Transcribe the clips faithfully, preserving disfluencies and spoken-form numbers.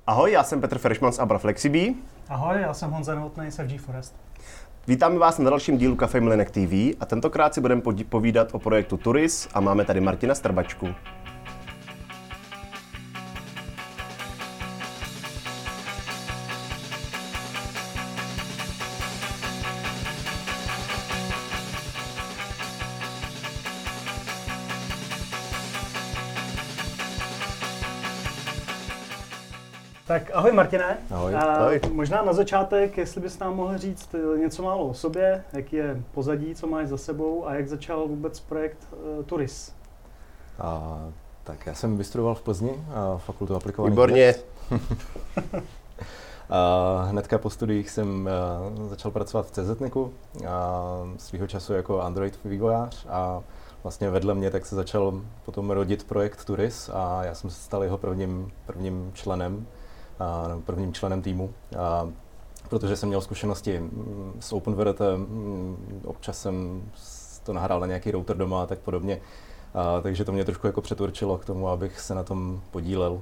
Ahoj, já jsem Petr Feršman z Abra Flexibí. Ahoj, já jsem Honza Novotný z F G Forest. Vítáme vás na dalším dílu Café Mlynek T V a tentokrát si budeme povídat o projektu Turis a máme tady Martina Strbačku. Tak ahoj Martine. Ahoj. A ahoj. Možná na začátek, jestli bys nám mohl říct něco málo o sobě, jaký je pozadí, co máš za sebou a jak začal vůbec projekt uh, Turis. A, tak já jsem vystudoval v Plzni a fakultu aplikovaných Výborně. A hnedka po studiích jsem uh, začal pracovat v CZNICu a svýho času jako Android vývojář a vlastně vedle mě tak se začal potom rodit projekt Turis a já jsem se stal jeho prvním, prvním členem, a, nebo prvním členem týmu. A, protože jsem měl zkušenosti s OpenWrt, občas jsem to nahrál na nějaký router doma a tak podobně. A, takže to mě trošku jako přetvrčilo k tomu, abych se na tom podílel.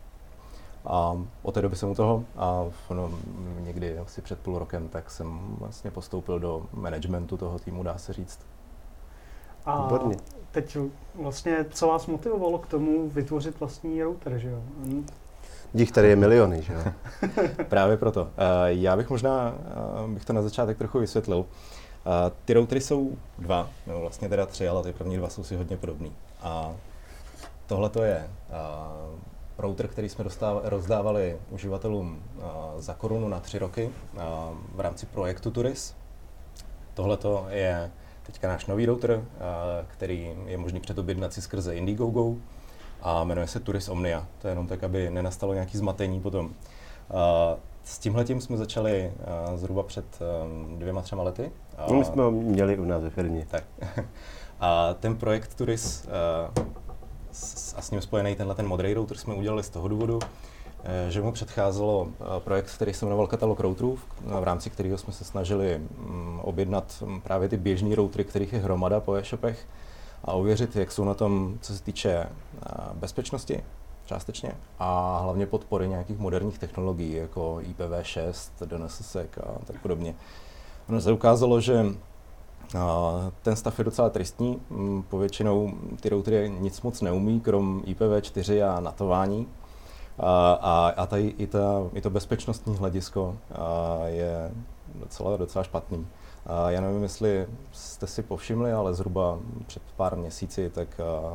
A od té doby jsem u toho a no, někdy asi před půl rokem tak jsem vlastně postoupil do managementu toho týmu, dá se říct. A Výborně. teď vlastně, co vás motivovalo k tomu vytvořit vlastní router, že jo? Dích tady je miliony, že jo? Právě proto. Já bych možná, bych to na začátek trochu vysvětlil. Ty routery jsou dva, no vlastně teda tři, ale ty první dva jsou si hodně podobný. A tohle to je router, který jsme rozdávali uživatelům za korunu na tři roky v rámci projektu Turis. Tohle to je teďka náš nový router, který je možný předobjednat si skrze Indiegogo a jmenuje se Turis Omnia. To je jenom tak, aby nenastalo nějaké zmatení potom. S tímhletím jsme začali zhruba před dvěma, třema lety. No, my jsme ho měli u nás ve firmě. Tak. A ten projekt Turis a s ním spojený tenhle ten modrý router jsme udělali z toho důvodu, že mu předcházelo projekt, který se jmenoval Katalog routerů, v rámci kterého jsme se snažili objednat právě ty běžné routery, kterých je hromada po e-shopech a ověřit, jak jsou na tom, co se týče bezpečnosti částečně a hlavně podpory nějakých moderních technologií, jako I P v šest, D N S S E C a tak podobně. Ono se ukázalo, že ten stav je docela tristní, povětšinou ty routery nic moc neumí, krom I P v čtyři a natování. A, a, a tady i, ta, i to bezpečnostní hledisko a, je docela, docela špatný. A já nevím, jestli jste si povšimli, ale zhruba před pár měsíci tak a,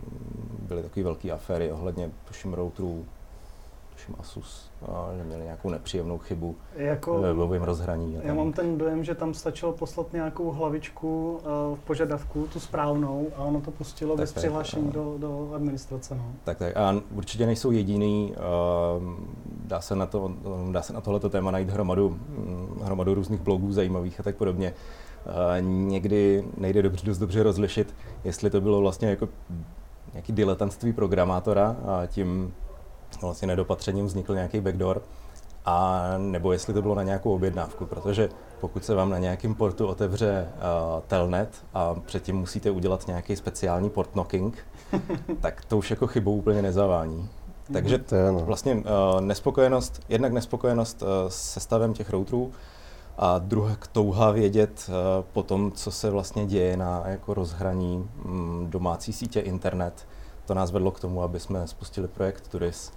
byly takové velké aféry ohledně, tuším, routerů, tuším Asus, a, že měli nějakou nepříjemnou chybu jako, ve webovém rozhraní. Já mám ten dojem, že tam stačilo poslat nějakou hlavičku uh, v požadavku, tu správnou, a ono to pustilo tak bez tak, přihlášení do, do administrace. No. Tak, tak. A určitě nejsou jediný. Uh, dá se na to, dá se na tohleto téma najít hromadu, hromadu různých blogů zajímavých a tak podobně. Uh, někdy nejde dobře, dost dobře rozlišit, jestli to bylo vlastně jako nějaký diletantství programátora a tím vlastně nedopatřením vznikl nějaký backdoor, a nebo jestli to bylo na nějakou objednávku, protože pokud se vám na nějakém portu otevře uh, telnet a předtím musíte udělat nějaký speciální port knocking, tak to už jako chybou úplně nezavání. Takže vlastně uh, nespokojenost, jednak nespokojenost uh, se stavem těch routerů a druhá touha vědět uh, po tom, co se vlastně děje na jako rozhraní um, domácí sítě internet. To nás vedlo k tomu, aby jsme spustili projekt Turis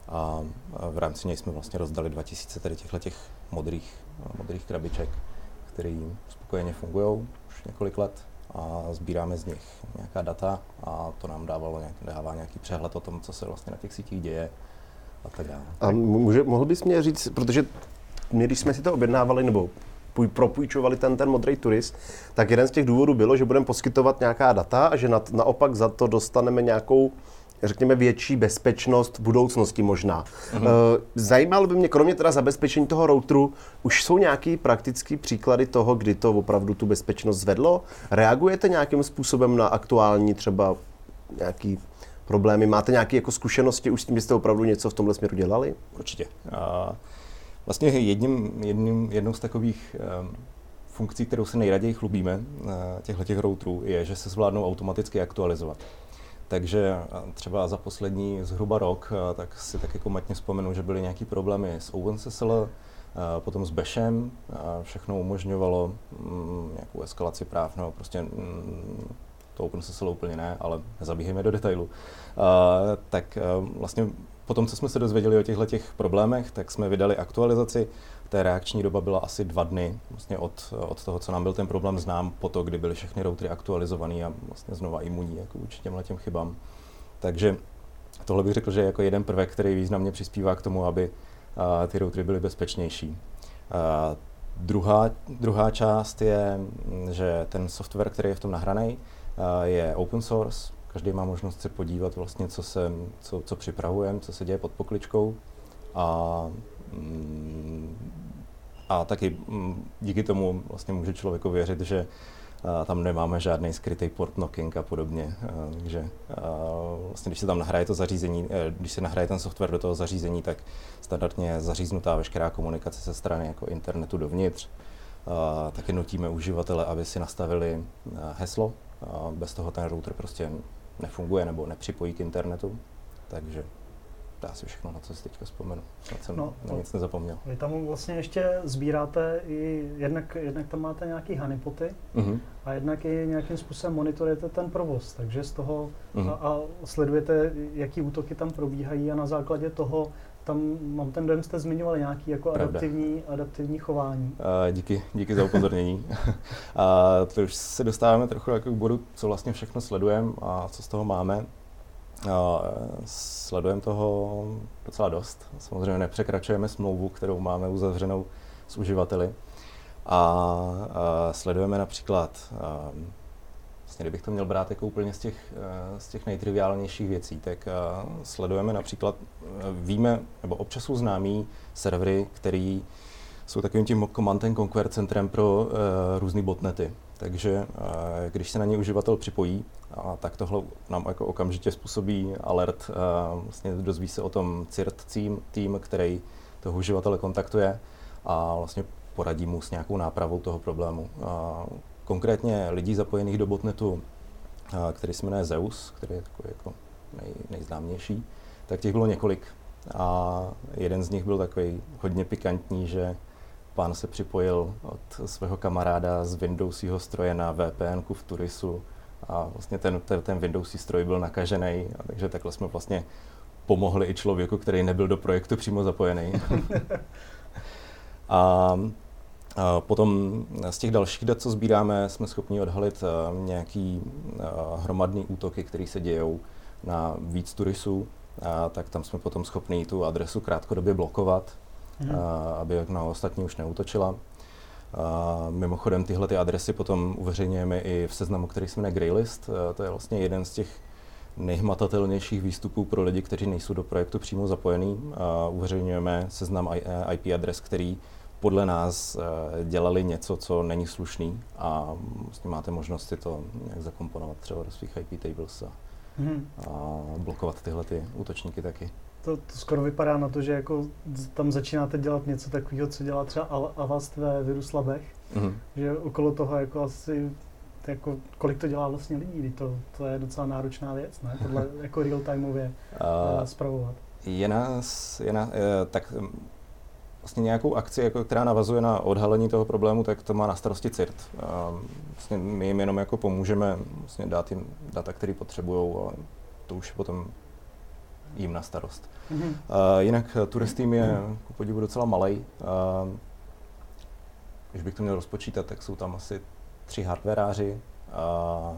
a v rámci něj jsme vlastně rozdali dva tisíce tady těchto modrých, modrých krabiček, které spokojeně fungují už několik let a sbíráme z nich nějaká data a to nám dávalo nějak, dává nějaký přehled o tom, co se vlastně na těch sítích děje a tak dále. A může, mohl bys mě říct, protože my, když jsme si to objednávali nebo půj, propůjčovali ten, ten modrý Turis, tak jeden z těch důvodů bylo, že budeme poskytovat nějaká data a že na, naopak za to dostaneme nějakou, řekněme, větší bezpečnost v budoucnosti možná. Mm-hmm. Zajímalo by mě, kromě teda zabezpečení toho routeru, už jsou nějaký praktický příklady toho, kdy to opravdu tu bezpečnost zvedlo? Reagujete nějakým způsobem na aktuální třeba nějaký problémy? Máte nějaké jako zkušenosti už s tím, že jste opravdu něco v tomhle směru dělali? Určitě. A vlastně jedním, jedním, jednou z takových um, funkcí, kterou se nejraději chlubíme, uh, těchto těch routerů, je, že se zvládnou automaticky aktualizovat. Takže třeba za poslední zhruba rok, tak si tak jako matně vzpomenu, že byly nějaký problémy s OpenSSL, potom s Bashem, všechno umožňovalo mm, nějakou eskalaci práv, no prostě mm, to OpenSSL úplně ne, ale nezabíhejme do detailu. Uh, tak uh, vlastně potom, co jsme se dozvěděli o těchto těch problémech, tak jsme vydali aktualizaci. Ta reakční doba byla asi dva dny, vlastně od, od toho, co nám byl ten problém znám, po to, kdy byly všechny routery aktualizované a vlastně znova imunní jako vůči těmhle těm chybám. Takže tohle bych řekl, že je jako jeden prvek, který významně přispívá k tomu, aby uh, ty routery byly bezpečnější. Uh, druhá, druhá část je, že ten software, který je v tom nahraný, uh, je open source. Každý má možnost se podívat vlastně, co, se, co, co připravujeme, co se děje pod pokličkou. A, a taky díky tomu vlastně může člověku věřit, že a, tam nemáme žádný skrytý port knocking a podobně. A, takže a, vlastně, když se tam nahraje to zařízení, když se nahraje ten software do toho zařízení, tak standardně je zaříznutá veškerá komunikace ze strany jako internetu dovnitř. A, taky nutíme uživatele, aby si nastavili heslo. A bez toho ten router prostě nefunguje nebo nepřipojí k internetu. Takže dá si všechno, na co si teďka vzpomenu. Na jsem no, na nic nezapomněl. Vy tam vlastně ještě sbíráte i, jednak, jednak tam máte nějaký honeypoty mm-hmm. a jednak i nějakým způsobem monitorujete ten provoz, takže z toho mm-hmm. a, a sledujete, jaký útoky tam probíhají a na základě toho tam mám ten dojem, jste zmiňovali nějaký jako adaptivní, adaptivní chování. Uh, díky, díky za upozornění. A to už se dostáváme trochu jako k bodu, co vlastně všechno sledujeme a co z toho máme. Uh, sledujeme toho docela dost. Samozřejmě nepřekračujeme smlouvu, kterou máme uzavřenou s uživateli. A uh, sledujeme například, uh, vlastně kdybych to měl brát jako úplně z těch, uh, z těch nejtriviálnějších věcí, tak uh, sledujeme například, uh, víme, nebo občas jsou známí servery, který jsou takovým tím command and conquer centrem pro uh, různý botnety. Takže uh, když se na ně uživatel připojí, a tak tohle nám jako okamžitě způsobí alert, uh, vlastně dozví se o tom C I R T tým, tým, který toho uživatele kontaktuje a vlastně poradí mu s nějakou nápravou toho problému. Uh, konkrétně lidí zapojených do botnetu, uh, který se jmenuje Zeus, který je takový jako nej, nejznámější, tak těch bylo několik. A jeden z nich byl takový hodně pikantní, že pán se připojil od svého kamaráda z Windowsího stroje na V P N ku v Turisu a vlastně ten, ten, ten Windowsí stroj byl nakažený, a takže takhle jsme vlastně pomohli i člověku, který nebyl do projektu přímo zapojený. a, a potom z těch dalších dat, co sbíráme, jsme schopni odhalit uh, nějaký uh, hromadný útoky, které se dějou na víc Turisů, a tak tam jsme potom schopni tu adresu krátkodobě blokovat, mm. a, aby na ostatní už neútočila. A mimochodem tyhle ty adresy potom uveřejňujeme i v seznamu, který se jmenuje Greylist. A to je vlastně jeden z těch nejhmatatelnějších výstupů pro lidi, kteří nejsou do projektu přímo zapojení. A uveřejňujeme seznam I P adres, který podle nás dělali něco, co není slušný, a vlastně máte možnost si to nějak zakomponovat třeba do svých I P tables a, hmm. a blokovat tyhle ty útočníky taky. To, to skoro vypadá na to, že jako tam začínáte dělat něco takového, co dělá třeba Avast ve Viruslabech, mm-hmm. že okolo toho jako asi, jako, kolik to dělá vlastně lidí, to, to je docela náročná věc, ne? Tohle jako real-timeově uh, spravovat. Je nás, je na, je, tak vlastně nějakou akci, jako, která navazuje na odhalení toho problému, tak to má na starosti C I R T. Uh, vlastně my jim jenom jako pomůžeme vlastně dát jim data, které potřebují, ale to už je potom jim na starost. Mm-hmm. Uh, jinak Tourist tým je ku podivu docela malej. Uh, když bych to měl rozpočítat, tak jsou tam asi tři hardwareáři. Uh,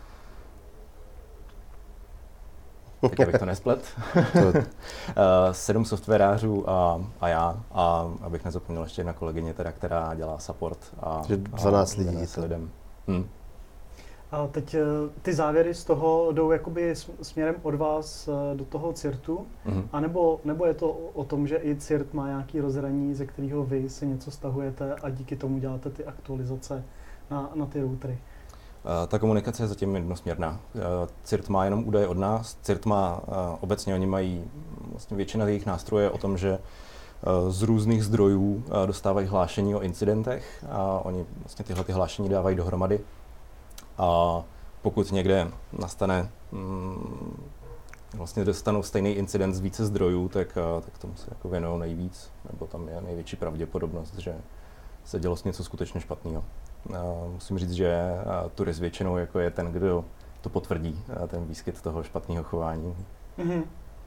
teď abych to nesplet. uh, sedm softwarářů a, a já. A abych nezapomněl ještě jedna kolegyně, teda, která dělá support. A, dvanáct lidí. Lidem. Hmm. A teď ty závěry z toho jdou jakoby směrem od vás do toho C I R T u, mm-hmm. anebo, nebo je to o tom, že i C I R T má nějaký rozhraní, ze kterého vy si něco stahujete a díky tomu děláte ty aktualizace na, na ty routery? Uh, ta komunikace je zatím jednosměrná. Uh, C I R T má jenom údaje od nás. C I R T má uh, obecně, oni mají vlastně většina jejich nástrojů o tom, že uh, z různých zdrojů uh, dostávají hlášení o incidentech a oni vlastně tyhle ty hlášení dávají dohromady. A pokud někde nastane mm, vlastně dostanou stejný incident z více zdrojů, tak, tak tomu se jako věnují nejvíc, nebo tam je největší pravděpodobnost, že se dělo něco skutečně špatného. Musím říct, že turist většinou jako je ten, kdo to potvrdí, ten výskyt toho špatného chování. Mm-hmm.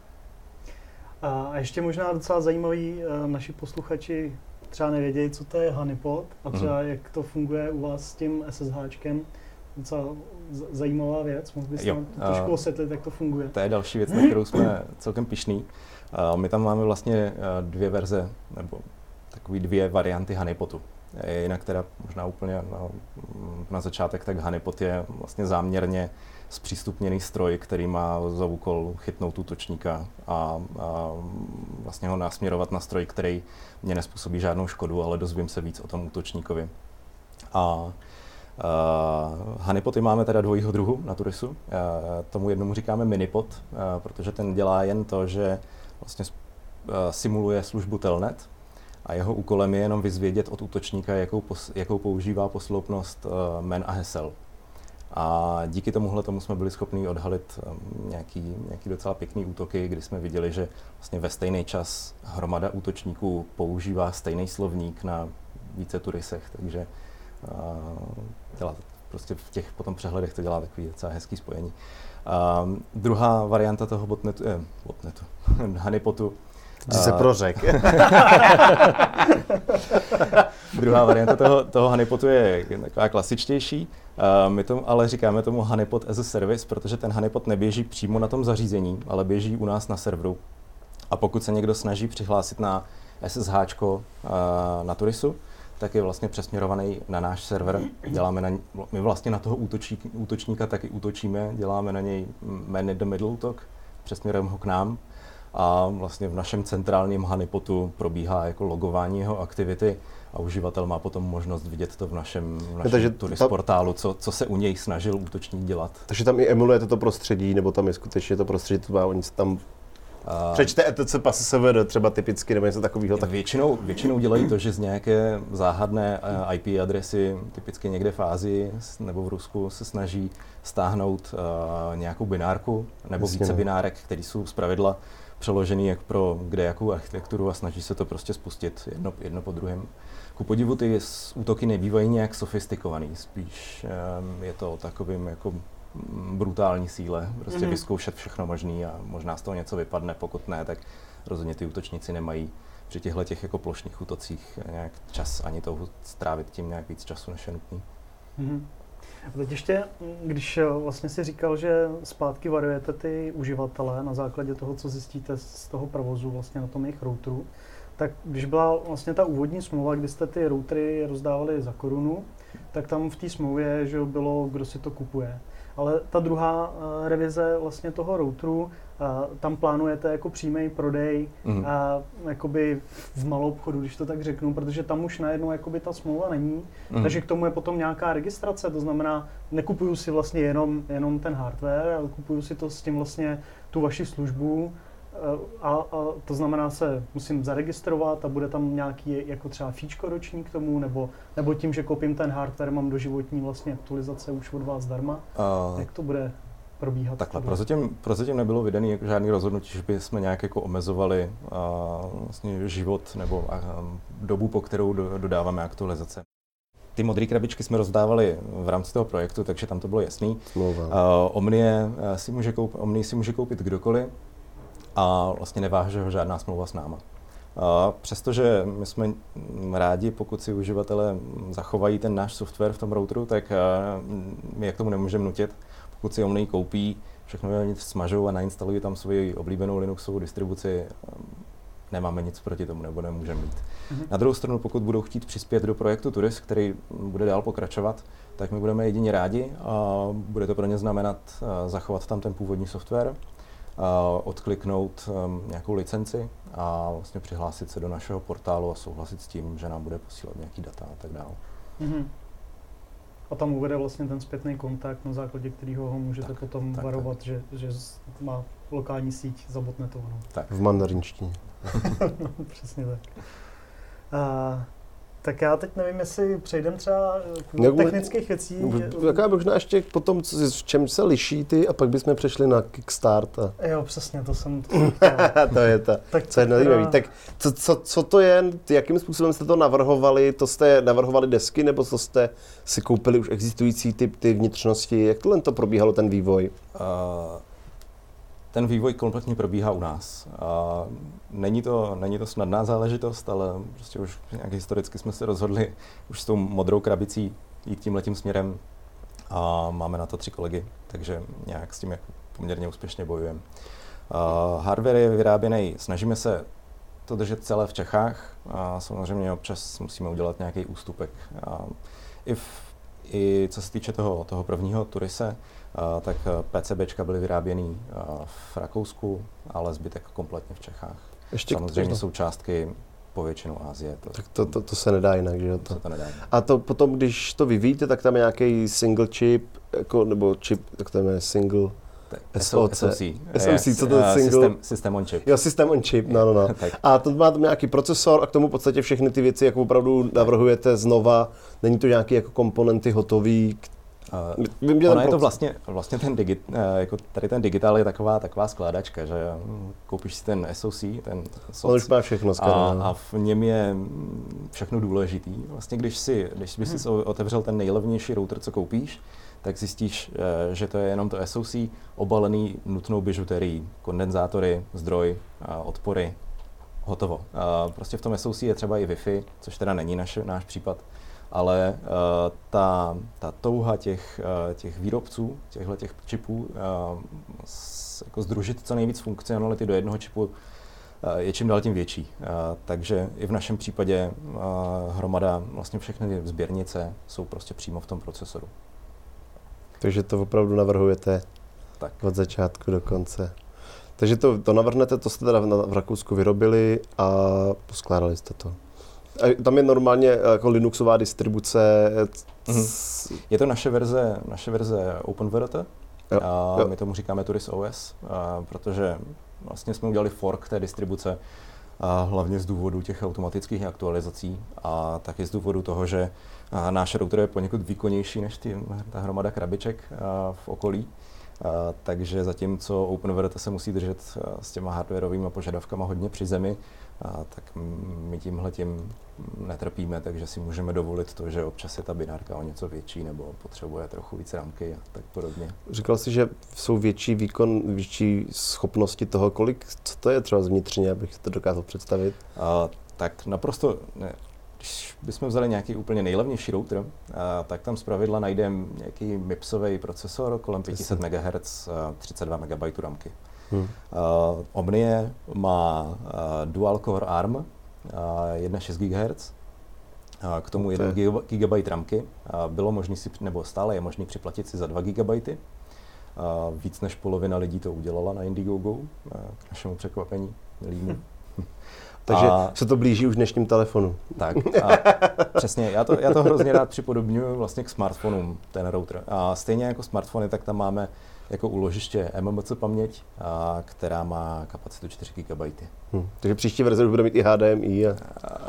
A ještě možná docela zajímavý, naši posluchači třeba nevědějí, co to je honeypot a třeba mm-hmm. jak to funguje u vás s tím SSHčkem. Docela zajímavá věc, mohl bys nám trošku osvětlit, jak to funguje. To je další věc, na kterou jsme celkem pyšní. My tam máme vlastně dvě verze, nebo takové dvě varianty honeypotu. Jinak teda možná úplně na, na začátek, tak honeypot je vlastně záměrně zpřístupněný stroj, který má za úkol chytnout útočníka a, a vlastně ho nasměrovat na stroj, který mě nespůsobí žádnou škodu, ale dozvím se víc o tom útočníkovi. A Uh, honeypoty máme teda dvojího druhu na Turisu. Uh, tomu jednomu říkáme minipot, uh, protože ten dělá jen to, že vlastně uh, simuluje službu telnet a jeho úkolem je jenom vyzvědět od útočníka, jakou, pos, jakou používá posloupnost uh, jmen a hesel. A díky tomuhle tomu jsme byli schopni odhalit um, nějaký, nějaký docela pěkný útoky, kdy jsme viděli, že vlastně ve stejný čas hromada útočníků používá stejný slovník na více turisech, takže uh, dělá prostě v těch potom přehledech to dělá takový docela hezký spojení. Uh, druhá varianta toho botnetu, eh, botnetu, honeypotu. Ty se prořek. Druhá varianta toho, toho honeypotu je taková klasičtější. Uh, my tomu ale říkáme tomu honeypot as a service, protože ten honeypot neběží přímo na tom zařízení, ale běží u nás na serveru. A pokud se někdo snaží přihlásit na SSHčko uh, na Turisu, tak je vlastně přesměrovaný na náš server. Děláme na, my vlastně na toho útočí, útočníka taky útočíme, děláme na něj man in the middle útok, přesměrujeme ho k nám a vlastně v našem centrálním honeypotu probíhá jako logování jeho aktivity a uživatel má potom možnost vidět to v našem, v našem takže Turis ta... portálu, co, co se u něj snažil útočník dělat. Takže tam i emulujete to prostředí, nebo tam je skutečně to prostředí, to oni tam Uh, přečte E T C pas S V D třeba typicky, nebo něco takového. Tak... Většinou, většinou dělají to, že z nějaké záhadné uh, I P adresy, typicky někde v Ázii nebo v Rusku, se snaží stáhnout uh, nějakou binárku nebo Jasně, více ne. binárek, které jsou zpravidla přeložený jak pro kde jakou architekturu a snaží se to prostě spustit jedno, jedno po druhém. Ku podivu ty útoky nebývají nějak sofistikovaný, spíš um, je to takovým jako brutální síle, prostě mm-hmm. vyzkoušet všechno možný a možná z toho něco vypadne, pokud ne, tak rozhodně ty útočníci nemají při těchto těch jako plošných útocích nějak čas ani touhu strávit tím nějak víc času, než je nutný. Mm-hmm. A teď ještě, když vlastně si říkal, že zpátky varujete ty uživatele na základě toho, co zjistíte z toho provozu vlastně na tom jejich routeru, tak když byla vlastně ta úvodní smlouva, kdy jste ty routery rozdávali za korunu, tak tam v té smlouvě, že bylo, kdo si to kupuje. Ale ta druhá uh, revize vlastně toho routeru, uh, tam plánujete jako přímý prodej mm. a jakoby v malou obchodu, když to tak řeknu, protože tam už najednou jakoby ta smlouva není, mm. takže k tomu je potom nějaká registrace, to znamená, nekupuju si vlastně jenom, jenom ten hardware, ale kupuju si to s tím vlastně tu vaši službu, A, a to znamená se musím zaregistrovat a bude tam nějaký jako třeba fíčko roční k tomu, nebo, nebo tím, že koupím ten hardware, mám doživotní vlastně aktualizace už od vás zdarma. Uh, Jak to bude probíhat? Takhle, prozatím, prozatím nebylo vydaný jako žádný rozhodnutí, že by jsme nějak jako omezovali uh, vlastně život nebo uh, dobu, po kterou do, dodáváme aktualizace. Ty modré krabičky jsme rozdávali v rámci toho projektu, takže tam to bylo jasný. Uh, Omnie, si může koup, Omnie si může koupit kdokoliv. A vlastně neváže ho žádná smlouva s náma. A přestože my jsme rádi, pokud si uživatelé zachovají ten náš software v tom routeru, tak my je k tomu nemůžeme nutit. Pokud si Omni koupí, všechno je smažou a nainstalují tam svoji oblíbenou Linuxovou distribuci, nemáme nic proti tomu, nebo nemůžeme mít. Mm-hmm. Na druhou stranu, pokud budou chtít přispět do projektu Turis, který bude dál pokračovat, tak my budeme jedině rádi a bude to pro ně znamenat zachovat tam ten původní software, Uh, odkliknout um, nějakou licenci a vlastně přihlásit se do našeho portálu a souhlasit s tím, že nám bude posílat nějaký data a tak dále. Mm-hmm. A tam uvede vlastně ten zpětný kontakt, na základě kterého ho můžete tak, potom tak, varovat, tak. Že, že má lokální síť zabotnetovanou. Tak. V mandarinštině. Přesně tak. Uh, Tak já teď nevím, jestli přejdem třeba k Nebo, technických věcí. Jaká možná ještě potom, v čem se liší ty, a pak bychom přešli na Kickstart. A... Jo, přesně, to jsem to To je ta, tak, co je nezajímavý. Tak co, co, co to je, jakým způsobem jste to navrhovali? To jste navrhovali desky, nebo to jste si koupili už existující typ, ty vnitřnosti? Jak tohle to probíhalo, ten vývoj? Uh... Ten vývoj kompletně probíhá u nás. A není to, není to snadná záležitost, ale prostě už nějak historicky jsme se rozhodli už s tou modrou krabicí jít tímhletím směrem a máme na to tři kolegy, takže nějak s tím jako poměrně úspěšně bojujeme. Uh, hardware je vyráběný, snažíme se to držet celé v Čechách a samozřejmě občas musíme udělat nějaký ústupek. A i, v, i co se týče toho, toho prvního Turise, Uh, tak PCBčka byly vyráběný uh, v Rakousku, ale zbytek kompletně v Čechách. Ještě samozřejmě jsou částky povětšinou Asie. To, tak to, to, to se nedá jinak, že jo? To. to nedá jinak. A to potom, když to vyvíjíte, tak tam je nějaký single chip, jako, nebo chip, tak to je single... S O C. S O C, co to je single? System, system on chip. Jo, system on chip, no, no, no. A to má tam nějaký procesor a k tomu v podstatě všechny ty věci, jako opravdu navrhujete znova, není to nějaký jako komponenty hotový. Uh, Vím, ono je to vlastně, vlastně ten digit, jako tady ten digitál je taková, taková skládačka, že koupíš si ten S O C, ten S O C, už má všechno a, a v něm je všechno důležitý. Vlastně když si, když bys si otevřel ten nejlevnější router, co koupíš, tak zjistíš, že to je jenom to S O C obalený nutnou bižuterií, kondenzátory, zdroj, odpory, hotovo. Prostě v tom S O C je třeba i Wi-Fi, což teda není naš, náš případ. Ale uh, ta, ta touha těch, uh, těch výrobců, těchto těch čipů, uh, s, jako združit co nejvíc funkcionality do jednoho čipu uh, je čím dál tím větší. Uh, takže i v našem případě uh, hromada, vlastně všechny sběrnice jsou prostě přímo v tom procesoru. Takže to opravdu navrhujete tak. Od začátku do konce. Takže to, to navrhnete, to jste teda v, v Rakousku vyrobili a poskládali jste to. A tam je normálně jako Linuxová distribuce. Mm-hmm. Je to naše verze, naše verze OpenVRT. Jo, a jo. My tomu říkáme Turis O S, a protože vlastně jsme udělali fork té distribuce, a hlavně z důvodu těch automatických aktualizací a taky z důvodu toho, že náš router je poněkud výkonnější než ty, ta hromada krabiček v okolí. Uh, takže zatímco OpenVRT se musí držet uh, s těma hardwarovými požadavkama hodně při zemi, uh, tak my tímhletím netrpíme, takže si můžeme dovolit to, že občas je ta binárka o něco větší nebo potřebuje trochu víc rámky a tak podobně. Říkal jsi, že jsou větší výkon, větší schopnosti toho, kolik, co to je třeba zvnitřně, abych to dokázal představit? Uh, tak naprosto, ne, když bychom vzali nějaký úplně nejlevnější router, uh, tak tam zpravidla najdeme nějaký MIPSový procesor kolem pět set megahertzů, uh, třicet dva megabajtů ramky. Hmm. Uh, Omnie má uh, dual core ARM, uh, jedna celá šest gigahertzů, uh, k tomu okay. jeden gigabajt ramky. Uh, bylo možné si, nebo stále je možné připlatit si za dva gigabajty. Uh, víc než polovina lidí to udělala na Indiegogo, uh, k našemu překvapení, milýmu. Takže a, se to blíží už dnešním telefonu. Tak, a přesně, já to, já to hrozně rád připodobňuji vlastně k smartphonům, ten router. A stejně jako smartfony, tak tam máme jako úložiště M M C paměť, a, která má kapacitu čtyři gigabajty. Hm, takže příští verze už bude mít i H D M I. A...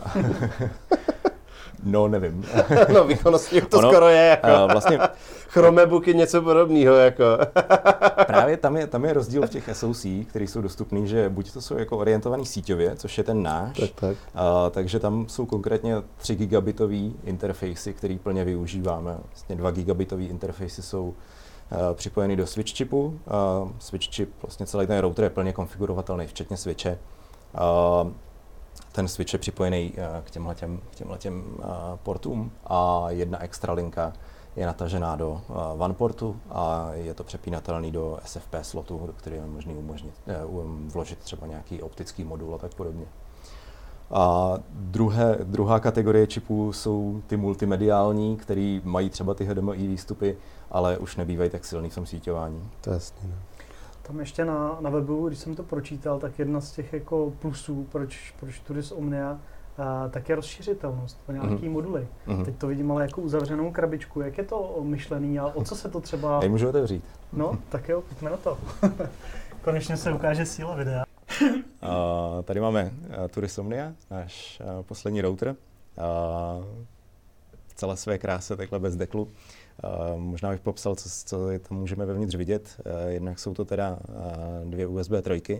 No, nevím. No, výkonnostně to ono, skoro je. Jako. Uh, vlastně Chromebook je něco podobného. Jako. Právě tam je, tam je rozdíl v těch S O C, které jsou dostupné, že buď to jsou jako orientovaný síťově, což je ten náš, tak, tak. Uh, takže tam jsou konkrétně tři gigabitový interfejsy, který plně využíváme. Vlastně dva gigabitový interfejsy jsou uh, připojený do switch chipu. Uh, switch chip, vlastně celý ten router je plně konfigurovatelný, včetně switche. Uh, Ten switch je připojený k těmhletěm, k těmhletěm portům a jedna extra linka je natažená do WAN portu a je to přepínatelný do S F P slotu, do kterého je možné umožnit, vložit třeba nějaký optický modul a tak podobně. A druhé, druhá kategorie čipů jsou ty multimediální, které mají třeba ty H D M I výstupy, ale už nebývají tak silný v tom síťování. To je jasný, ne? Tam ještě na, na webu, když jsem to pročítal, tak jedna z těch jako plusů, proč, proč Turis Omnia, a, tak je rozšířitelnost o nějaký mm-hmm. moduly. Mm-hmm. Teď to vidím ale jako uzavřenou krabičku. Jak je to myšlený a o co se to třeba... Já můžu otevřít. No, tak jo, pojďme na to. Konečně se ukáže síla videa. Uh, tady máme uh, Turis Omnia, náš uh, poslední router. v celé své kráse, takhle bez deklu. Možná bych popsal, co, co tam můžeme vevnitř vidět. Jednak jsou to teda dvě U S B trojky,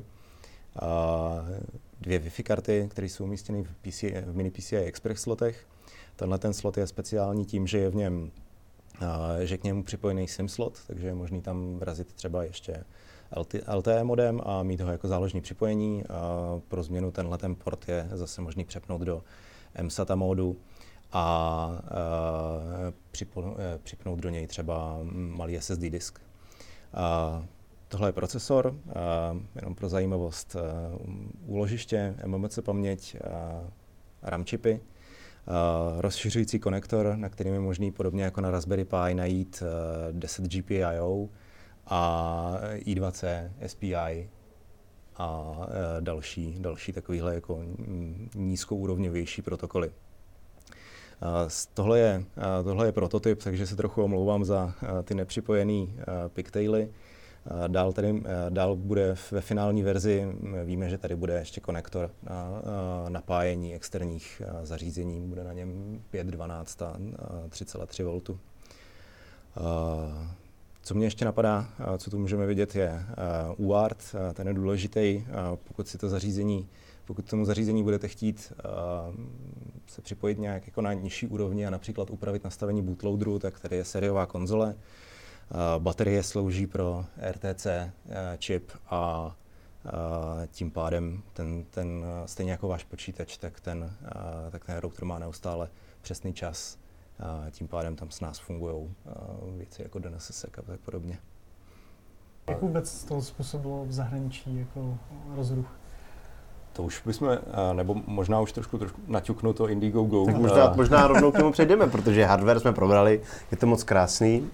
dvě Wi-Fi karty, které jsou umístěny v, P C, v mini P C I Express slotech. Tenhle ten slot je speciální tím, že je v něm, že k němu připojený SIM slot, takže je možný tam vrazit třeba ještě L T E modem a mít ho jako záložní připojení. A pro změnu tenhle ten port je zase možný přepnout do M SATA módu a uh, připo, uh, připnout do něj třeba malý S S D disk. Uh, tohle je procesor, uh, jenom pro zajímavost, uh, úložiště, M M C paměť, uh, RAM čipy, uh, rozšiřující konektor, na kterým je možný podobně jako na Raspberry Pi najít uh, deset G P I O a I dva C, S P I a uh, další, další takovýhle jako nízkoúrovňovější protokoly. Uh, tohle, je, uh, tohle je prototyp, takže se trochu omlouvám za uh, ty nepřipojené uh, pigtaily. Uh, dál, tady, uh, dál bude ve finální verzi, víme, že tady bude ještě konektor na uh, napájení externích uh, zařízení, bude na něm pět, dvanáct a uh, tři celá tři voltu. Uh, co mě ještě napadá, uh, co tu můžeme vidět, je uh, U A R T, uh, ten je důležitý, uh, pokud si to zařízení Pokud tomu zařízení budete chtít uh, se připojit nějak jako na nižší úrovni a například upravit nastavení bootloaderu, tak tady je sériová konzole. Uh, baterie slouží pro R T C uh, čip a uh, tím pádem ten, ten uh, stejně jako váš počítač, tak ten, uh, tak ten router má neustále přesný čas. Uh, tím pádem tam s nás fungují uh, věci jako D N S S E C a tak podobně. Jak vůbec to způsobilo v zahraničí jako rozruch? To už bychom, nebo možná už trošku, trošku naťuknu to Indiegogo. Tak možná, možná rovnou k tomu přejdeme, protože hardware jsme probrali, je to moc krásný.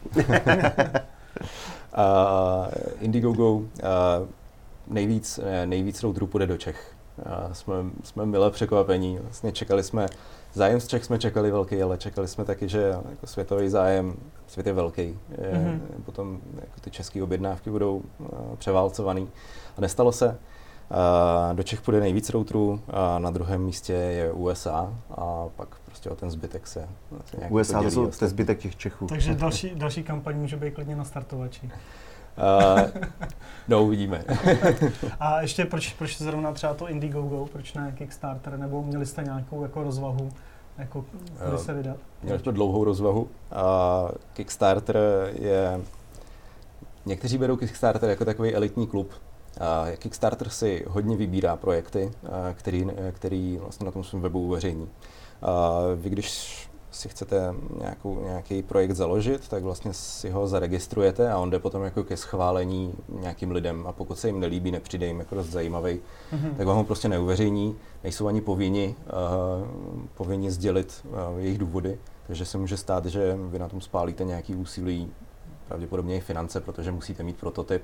uh, Indiegogo uh, nejvíc, nejvíc routerů půjde do Čech. Uh, jsme, jsme milé překvapení. Vlastně čekali jsme, zájem z Čech jsme čekali velký, ale čekali jsme taky, že jako světový zájem, svět je velký. Je, mm-hmm. Potom jako ty české objednávky budou uh, převálcovaný. A nestalo se. Uh, do Čech půjde nejvíc routerů, a na druhém místě je U S A a pak prostě o ten zbytek se nějak U S A podělí. To jsou ten zbytek těch Čechů. Takže další, další kampaň může být klidně na startovači. Uh, no, uvidíme. A ještě proč, proč zrovna třeba to Indiegogo, proč ne Kickstarter, nebo měli jste nějakou jako rozvahu, jako kudy se vydat? Měli jsme dlouhou rozvahu. Uh, Kickstarter je, někteří berou Kickstarter jako takový elitní klub. Uh, Kickstarter si hodně vybírá projekty, uh, který, který vlastně na tom svém webu uveřejní. Uh, vy, když si chcete nějakou, nějaký projekt založit, tak vlastně si ho zaregistrujete a on jde potom jako ke schválení nějakým lidem. A pokud se jim nelíbí, nepřijde jim jako dost zajímavý, mm-hmm. tak vám ho prostě neuveřejní. Nejsou ani povinni, uh, povinni sdělit uh, jejich důvody. Takže se může stát, že vy na tom spálíte nějaký úsilí, pravděpodobně i finance, protože musíte mít prototyp.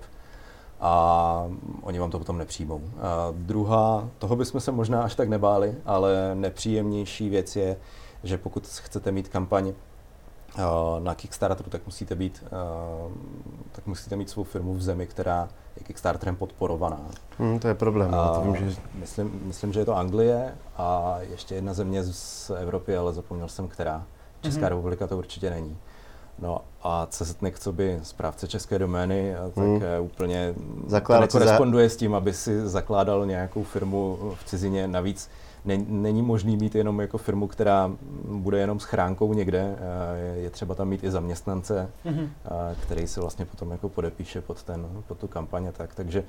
A oni vám to potom nepřijmou. A druhá, toho bychom se možná až tak nebáli, ale nepříjemnější věc je, že pokud chcete mít kampaň uh, na Kickstarteru, tak musíte být, uh, tak musíte mít svou firmu v zemi, která je Kickstarterem podporovaná. Hmm, to je problém. A to vím, že... myslím, myslím, že je to Anglie a ještě jedna země z Evropy, ale zapomněl jsem, která. Česká mm-hmm. republika to určitě není. No a C Z N E C, co by správce české domény, tak hmm. úplně nekoresponduje za... s tím, aby si zakládal nějakou firmu v cizině. Navíc ne, není možný mít jenom jako firmu, která bude jenom schránkou někde. Je třeba tam mít i zaměstnance, hmm. který se vlastně potom jako podepíše pod, ten, pod tu kampaň. Tak. Takže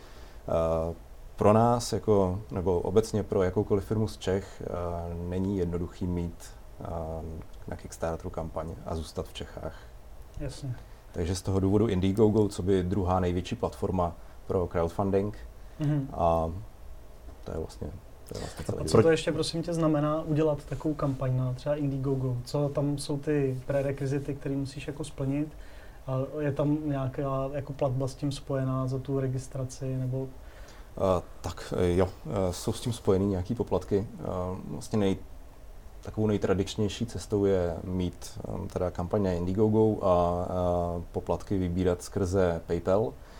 pro nás, jako, nebo obecně pro jakoukoliv firmu z Čech, není jednoduchý mít na Kickstarteru kampaň a zůstat v Čechách. Jasně. Takže z toho důvodu Indiegogo, co by druhá největší platforma pro crowdfunding. Mm-hmm. A to je vlastně, to je vlastně celé. A co to ještě, prosím tě, znamená udělat takovou kampaň na třeba Indiegogo? Co tam jsou ty prerekvizity, které musíš jako splnit? A je tam nějaká jako platba s tím spojená za tu registraci? Nebo... Uh, tak jo, uh, jsou s tím spojený nějaký poplatky. Uh, vlastně nej Takovou nejtradičnější cestou je mít um, teda kampaň na Indiegogo a, a poplatky vybírat skrze PayPal.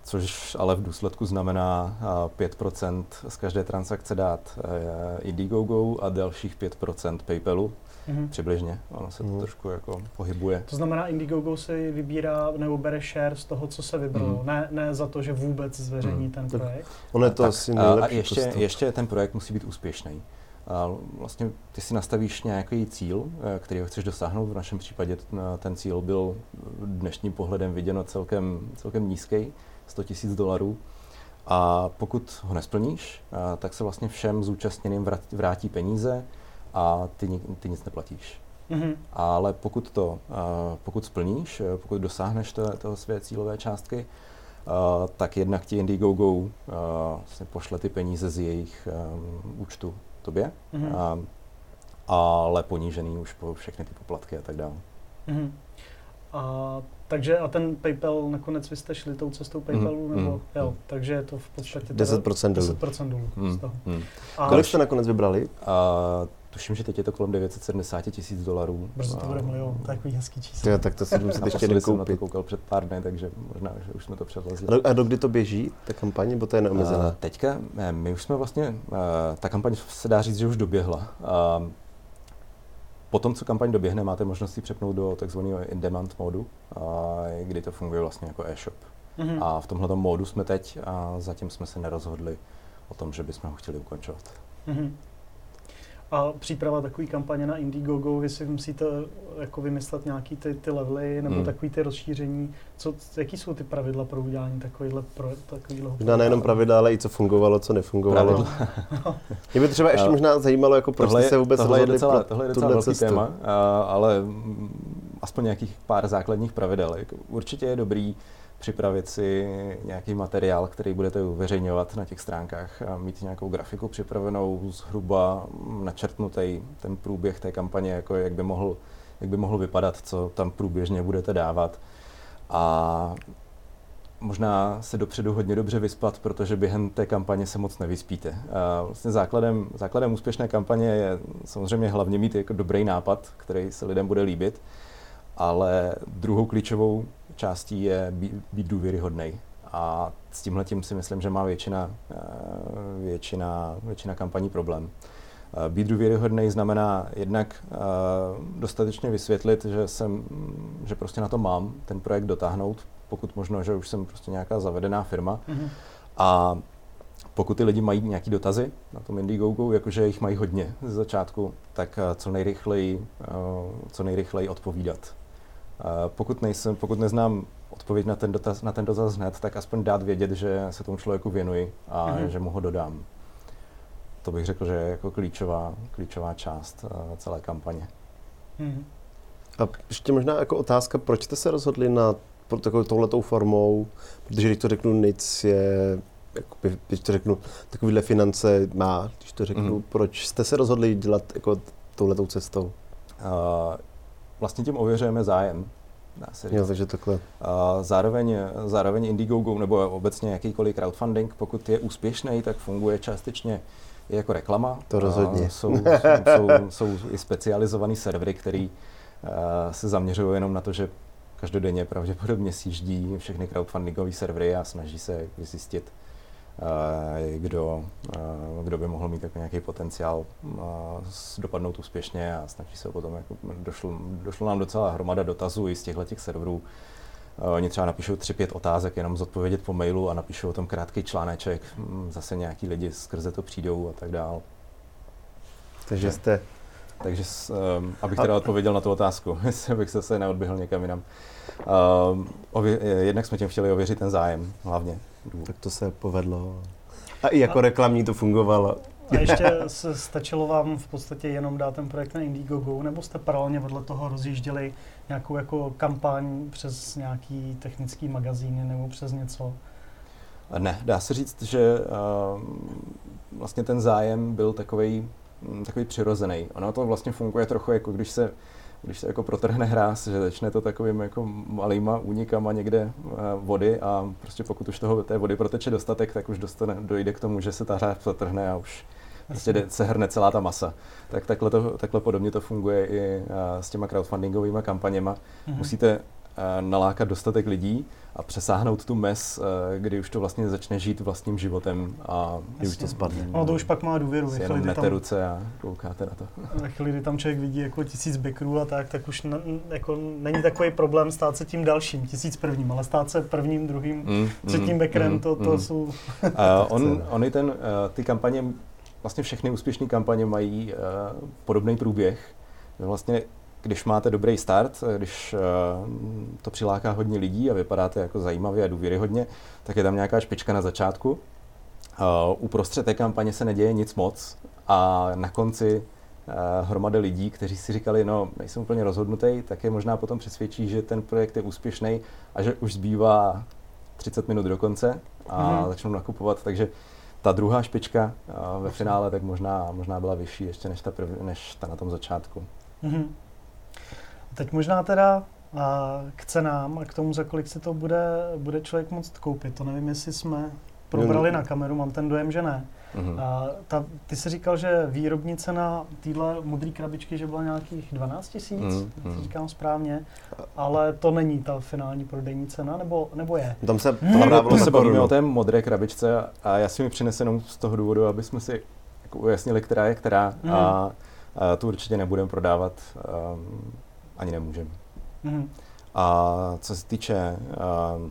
což ale v důsledku znamená pět procent z každé transakce dát Indiegogo a dalších pět procent PayPalu. Mm-hmm. Přibližně, ono se to mm. trošku jako pohybuje. To znamená, Indiegogo si vybírá nebo bere share z toho, co se vybralo, mm. ne, ne za to, že vůbec zveřejní mm. ten projekt. Ono je to tak, asi nejlepší. A ještě, ještě ten projekt musí být úspěšný. A vlastně ty si nastavíš nějaký cíl, kterýho chceš dosáhnout. V našem případě ten cíl byl dnešním pohledem viděno celkem, celkem nízký, sto tisíc dolarů. A pokud ho nesplníš, tak se vlastně všem zúčastněným vrátí peníze a ty, ty nic neplatíš. Mm-hmm. Ale pokud to, pokud splníš, pokud dosáhneš to, toho své cílové částky, tak jednak ti Indiegogo vlastně pošle ty peníze z jejich účtu tobě, mm-hmm. a, ale ponížený už po všechny ty poplatky a tak dále. Mm-hmm. A takže a ten PayPal, nakonec vy jste šli tou cestou PayPalu, mm, nebo mm, jo, takže je to v podstatě deset procent dolů. deset procent dolů mm, z toho. Mm. A kolik jste nakonec vybrali? A, tuším, že teď je to kolem devět set sedmdesát tisíc dolarů. Brzo to bude milion, takový hezký číslo. Jo, tak to jsem si ještě nekoupit. jsem na to koukal před pár dny, takže možná, že už jsme to převlezli. A, a dokdy to běží, ta kampaň, bo to je neomezená? A teďka, my už jsme vlastně, ta kampaň se dá říct, že už doběhla. A potom, co kampaň doběhne, máte možnost ji přepnout do takzvaného in-demand módu, kdy to funguje vlastně jako e-shop. Mm-hmm. A v tomhletom módu jsme teď a zatím jsme se nerozhodli o tom, že bychom ho chtěli ukončovat. Mm-hmm. A příprava takové kampaně na Indiegogo, vy si musíte jako vymyslet nějaký ty, ty levely nebo mm. takový ty rozšíření. Co, jaký jsou ty pravidla pro udělání takovýhle takovýhle možná nejenom pravidla, ale i co fungovalo, co nefungovalo. Mě by třeba ještě možná zajímalo, jako proč jste se vůbec rozhodli pro tohle je docela velký cestu. Téma, ale aspoň nějakých pár základních pravidel. Určitě je dobrý připravit si nějaký materiál, který budete uveřejňovat na těch stránkách a mít nějakou grafiku připravenou, zhruba načrtnutý ten průběh té kampaně, jako jak by mohl, jak by mohl vypadat, co tam průběžně budete dávat. A možná se dopředu hodně dobře vyspat, protože během té kampaně se moc nevyspíte. A vlastně základem, základem úspěšné kampaně je samozřejmě hlavně mít jako dobrý nápad, který se lidem bude líbit, ale druhou klíčovou částí je být, být důvěryhodnej. A s tímhletím si myslím, že má většina, většina, většina kampaní problém. Být důvěryhodnej znamená jednak dostatečně vysvětlit, že, jsem, že prostě na to mám ten projekt dotáhnout, pokud možno, že už jsem prostě nějaká zavedená firma. Mm-hmm. A pokud ty lidi mají nějaké dotazy na tom Indiegogo, jakože jich mají hodně ze začátku, tak co nejrychleji, co nejrychleji odpovídat. Pokud, nejsem, pokud neznám odpověď na ten, dotaz, na ten dotaz hned, tak aspoň dát vědět, že se tomu člověku věnuji a mm-hmm. že mu ho dodám. To bych řekl, že je jako klíčová, klíčová část uh, celé kampaně. Mm-hmm. A ještě možná jako otázka, proč jste se rozhodli na takovou touhletou formou, protože když to řeknu, nic je, jakoby, když to řeknu, takovýhle finance má, když to řeknu, mm-hmm. proč jste se rozhodli dělat jako touhletou cestou? Uh, Vlastně tím ověřujeme zájem. Dá se říct. Jo, takže takhle. Zároveň, zároveň Indiegogo nebo obecně jakýkoliv crowdfunding, pokud je úspěšný, tak funguje částečně i jako reklama. To rozhodně. Jsou, jsou, jsou, jsou i specializované servery, které se zaměřují jenom na to, že každodenně pravděpodobně sjíždí všechny crowdfundingové servery a snaží se zjistit, kdo, kdo by mohl mít jako nějaký potenciál dopadnout úspěšně a snaží se o potom, jako došlo, došlo nám docela hromada dotazů i z těchto těch serverů. Oni třeba napíšou tři, pět otázek, jenom zodpovědět po mailu a napíšou o tom krátký článeček, zase nějaký lidi skrze to přijdou a tak dál. Takže jste... Takže, um, abych teda odpověděl na tu otázku, jestli bych se neodběhl někam jinam. Um, ově- jednak jsme tím chtěli ověřit ten zájem, hlavně. Tak to se povedlo. A i jako a, reklamní to fungovalo. A ještě se stačilo vám v podstatě jenom dát ten projekt na Indiegogo, nebo jste paralelně vedle toho rozjížděli nějakou jako kampaň přes nějaký technický magazíny nebo přes něco? Ne, dá se říct, že uh, vlastně ten zájem byl takovej, takový přirozený. Ono to vlastně funguje trochu jako když se když se jako protrhne hráz, že začne to takovým jako malýma únikama někde vody a prostě pokud už toho té vody proteče dostatek, tak už dostane, dojde k tomu, že se ta hráz protrhne a už prostě se hrne celá ta masa. Tak takhle, to, takhle podobně to funguje i s těma crowdfundingovými kampaněma. Mm-hmm. Musíte nalákat dostatek lidí a přesáhnout tu mez, kdy už to vlastně začne žít vlastním životem a kdy už to spadne. No to už pak má důvěru. Si jenom nete ruce a koukáte na to. Ve chvíli, kdy tam člověk vidí jako tisíc backerů a tak, tak už ne, jako není takový problém stát se tím dalším, tisíc prvním, ale stát se prvním, druhým, mm, třetím mm, backerem, mm, to, to mm. jsou... uh, on, on ten, uh, ty kampaně, vlastně všechny úspěšné kampaně mají uh, podobný průběh. Vlastně když máte dobrý start, když uh, to přiláká hodně lidí a vypadáte jako zajímavě a důvěryhodně, tak je tam nějaká špička na začátku. Uh, uprostřed té kampaně se neděje nic moc a na konci uh, hromady lidí, kteří si říkali, no nejsem úplně rozhodnutý, tak je možná potom přesvědčí, že ten projekt je úspěšný a že už zbývá třicet minut do konce a mm-hmm. začnou nakupovat, takže ta druhá špička uh, ve finále tak možná, možná byla vyšší ještě než ta, prv, než ta na tom začátku. Mm-hmm. Teď možná teda a, k cenám a k tomu, za kolik si to bude, bude člověk moct koupit. To nevím, jestli jsme probrali na kameru, mám ten dojem, že ne. Mm-hmm. A, ta, ty jsi říkal, že výrobní cena téhle modré krabičky, že byla nějakých dvanáct tisíc, mm-hmm. říkám správně, ale to není ta finální prodejní cena, nebo, nebo je? Tam se, hmm. to se bavíme o té modré krabičce a já si mi přinesu jenom z toho důvodu, aby jsme si jako ujasnili, která je která mm. a, a tu určitě nebudeme prodávat, um, ani nemůžeme. Mm. A co se týče um,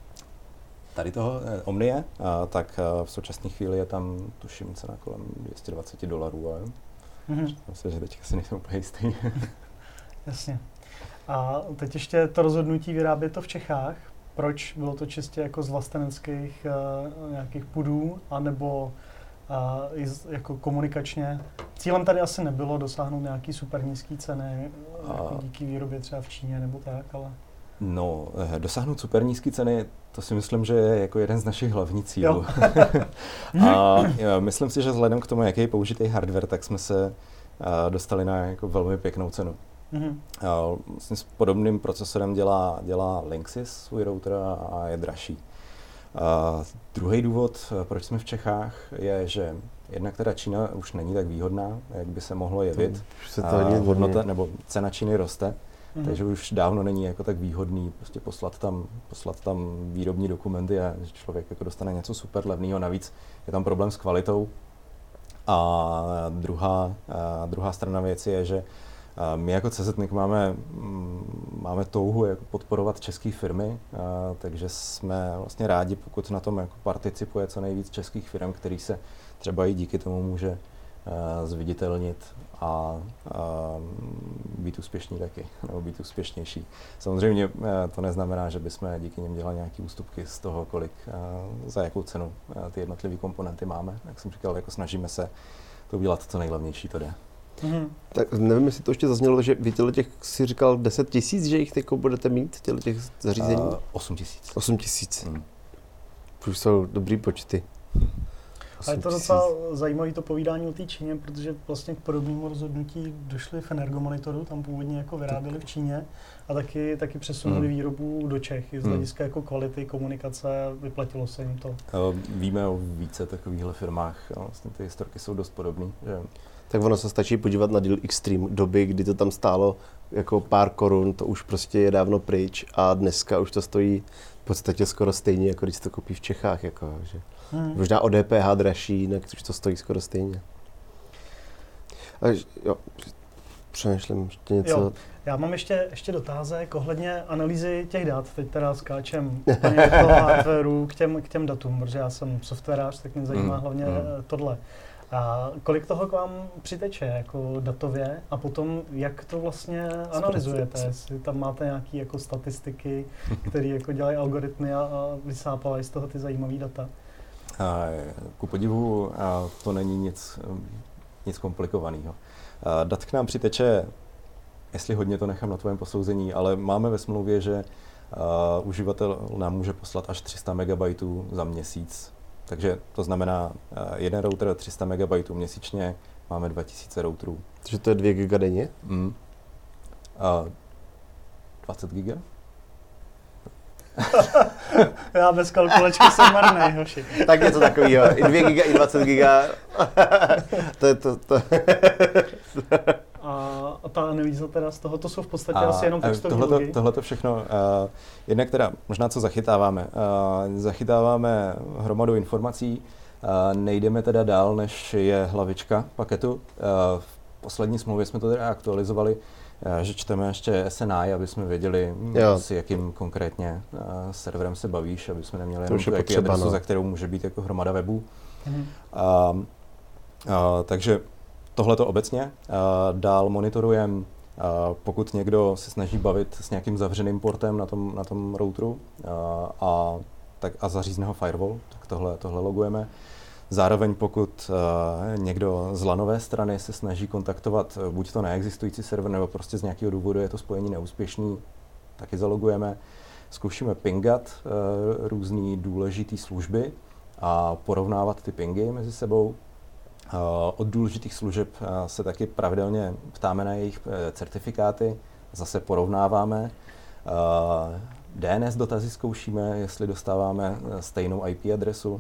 tady toho eh, Omnie, a, tak a v současné chvíli je tam, tuším, cena kolem dvě stě dvacet dolarů. Mm-hmm. Myslím, že teď asi nejsem úplně jistý. Jasně. A teď ještě to rozhodnutí vyrábět to v Čechách. Proč? Bylo to čistě jako z vlasteneckých uh, nějakých pudů, anebo uh, z, jako komunikačně? Cílem tady asi nebylo dosáhnout nějaký super nízký ceny, a... jako díky výrobě třeba v Číně nebo tak, ale... No, dosáhnout super nízké ceny, to si myslím, že je jako jeden z našich hlavních cílů. A jo, myslím si, že vzhledem k tomu, jaký je použitý hardware, tak jsme se uh, dostali na jako velmi pěknou cenu. Mm-hmm. Uh, vlastně s podobným procesorem dělá, dělá Linksys svůj router a je dražší. Uh, druhý důvod, proč jsme v Čechách, je, že jednak teda Čína už není tak výhodná, jak by se mohlo jevit. Se to uh, hodnota, nebo cena Číny roste. Mm-hmm. Takže už dávno není jako tak výhodný prostě poslat tam, poslat tam výrobní dokumenty a člověk jako dostane něco super levného. Navíc je tam problém s kvalitou. A druhá, a druhá strana věci je, že my jako C Z N I C máme, máme touhu jako podporovat české firmy, takže jsme vlastně rádi, pokud na tom jako participuje co nejvíc českých firm, který se třeba i díky tomu může zviditelnit a, a být úspěšný taky, nebo být úspěšnější. Samozřejmě to neznamená, že bychom díky nim dělali nějaké ústupky z toho, kolik, za jakou cenu ty jednotlivé komponenty máme. Jak jsem říkal, jako snažíme se to udělat co nejlevnější to jde. Mm-hmm. Tak nevím, jestli to ještě zaznělo, že vy těle těch, si říkal deset tisíc, že jich teď budete mít, těle těch zařízení? Uh, osm tisíc. osm tisíc. Mm. Už jsou dobrý počty. A je to docela zajímavé to povídání o té Číně, protože vlastně k podobnému rozhodnutí došli v Energomonitoru, tam původně jako vyráběli v Číně a taky, taky přesunuli mm. výrobu do Čech. I z hlediska mm. jako kvality, komunikace, vyplatilo se jim to. Víme o více takovýchhle firmách, vlastně ty historky jsou dost podobné. Že... Tak ono se stačí podívat na Deal Extreme, doby, kdy to tam stálo jako pár korun, to už prostě je dávno pryč a dneska už to stojí v podstatě skoro stejně, jako když to koupí v Čechách. Jako, že. Hmm. Možná o D P H dražší, jinak už to stojí skoro stejně. A, jo, přemýšlím ještě něco. Jo, já mám ještě, ještě dotázek ohledně analýzy těch dat. Teď teda skáčem úplně od toho hardwareu k těm, k těm datům, protože já jsem softwarář, tak mě zajímá hmm. hlavně hmm. tohle. A kolik toho k vám přiteče jako datově a potom jak to vlastně analyzujete? Jestli tam máte nějaké jako statistiky, které jako dělají algoritmy a, a vysápávají z toho ty zajímavé data? A, ku podivu a to není nic, nic komplikovaného. A dat k nám přiteče, jestli hodně to nechám na tvém posouzení, ale máme ve smlouvě, že a, uživatel nám může poslat až tři sta megabajtů za měsíc. Takže to znamená uh, jeden router tři sta megabajtů měsíčně, máme dva tisíce routerů. Takže to je dvě giga denně? Mm. Uh, dvacet giga? Já bez kalkulačky jsem marnej, hoši. Tak něco takovýho, i dvě giga, i dvacet giga. to je to. to. A ta analýza teda z toho, to jsou v podstatě a asi jenom textový tohleto, logy. Tohleto všechno, uh, jednak teda možná co zachytáváme. Uh, zachytáváme hromadu informací, uh, nejdeme teda dál, než je hlavička paketu. Uh, v poslední smlouvě jsme to teda aktualizovali, uh, že čteme ještě S N I, aby jsme věděli, jo. s jakým konkrétně uh, serverem se bavíš, aby jsme neměli jenom tu I P adresu, no. za kterou může být jako hromada webů. Mhm. Uh, uh, takže tohleto obecně. Uh, dál monitorujeme, uh, pokud někdo se snaží bavit s nějakým zavřeným portem na tom, na tom routeru uh, a, tak, a zařízne ho firewall, tak tohle, tohle logujeme. Zároveň pokud uh, někdo z lanové strany se snaží kontaktovat uh, buď to neexistující server, nebo prostě z nějakého důvodu je to spojení neúspěšný, taky zalogujeme. Zkoušíme pingat uh, různé důležité služby a porovnávat ty pingy mezi sebou. Uh, od důležitých služeb uh, se taky pravidelně ptáme na jejich uh, certifikáty, zase porovnáváme. Uh, D N S dotazy zkoušíme, jestli dostáváme uh, stejnou I P adresu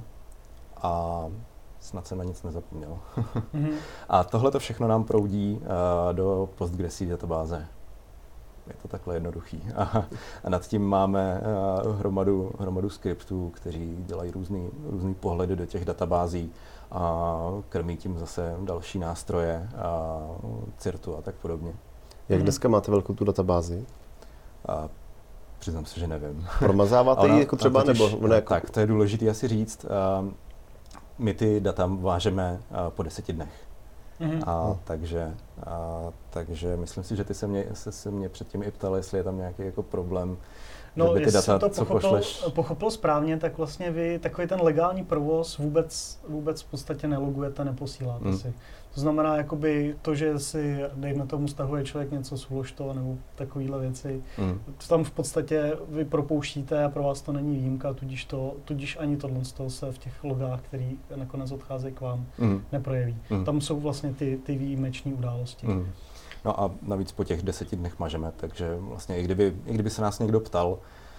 a snad jsem na nic nezapomněl. mm-hmm. A tohle to všechno nám proudí uh, do PostgreSQL databáze. Je to takhle jednoduchý. A, a nad tím máme uh, hromadu, hromadu skriptů, kteří dělají různý, různý pohledy do těch databází a krmí tím zase další nástroje, a Cirtu a tak podobně. Jak dneska máte velkou tu databázi? A přiznám se, že nevím. Promazáváte ji jako třeba? Totiž, nebo ne jako... Tak, to je důležité asi říct. Uh, my ty data vážeme uh, po deseti dnech. Mm-hmm. A, no. takže, a, takže myslím si, že ty se mě, se, se mě předtím i ptal, jestli je tam nějaký jako problém, no, že by ty data, to co pochopil, pošleš... pochopil správně, tak vlastně vy takový ten legální provoz vůbec, vůbec v podstatě nelogujete, neposíláte mm. si. To znamená, jakoby to, že si, dejme tomu, stahuje člověk něco z Vložto nebo takovýhle věci, mm. to tam v podstatě vy propouštíte a pro vás to není výjimka, tudíž, to, tudíž ani tohle z toho se v těch logách, který nakonec odcházejí k vám, mm. neprojeví. Mm. Tam jsou vlastně ty, ty výjimeční události. Mm. No a navíc po těch deseti dnech mažeme, takže vlastně i kdyby, i kdyby se nás někdo ptal,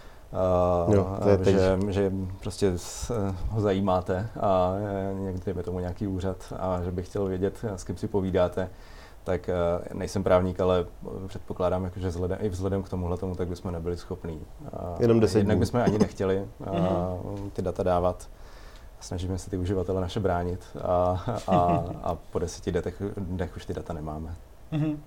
Uh, jo, že, že prostě ho zajímáte a někdy je tomu nějaký úřad a že bych chtěl vědět, s kým si povídáte, tak uh, nejsem právník, ale předpokládám, jako, že vzhledem, i vzhledem k tomuhle tomu, tak bychom nebyli schopní. Uh, Jenom deset Jednak dní. bychom ani nechtěli uh, ty data dávat. Snažíme se ty uživatele naše bránit a, a, a po deseti dnech, dnech už ty data nemáme. Mm-hmm.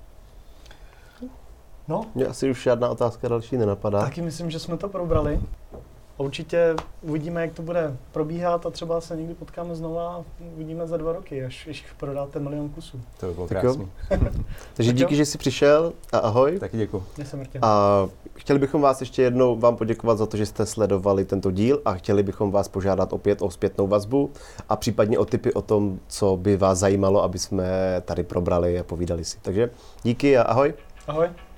No. Mně asi už žádná otázka další nenapadá. Taky myslím, že jsme to probrali. Určitě uvidíme, jak to bude probíhat a třeba se někdy potkáme znovu a uvidíme za dva roky, až, až prodáte milion kusů. To by bylo krásný. Takže díky, že jsi přišel a ahoj. Taky děkuji. A chtěli bychom vás ještě jednou vám poděkovat za to, že jste sledovali tento díl a chtěli bychom vás požádat opět o zpětnou vazbu a případně o tipy o tom, co by vás zajímalo, aby jsme tady probrali a povídali si. Takže díky a ahoj. Ahoj.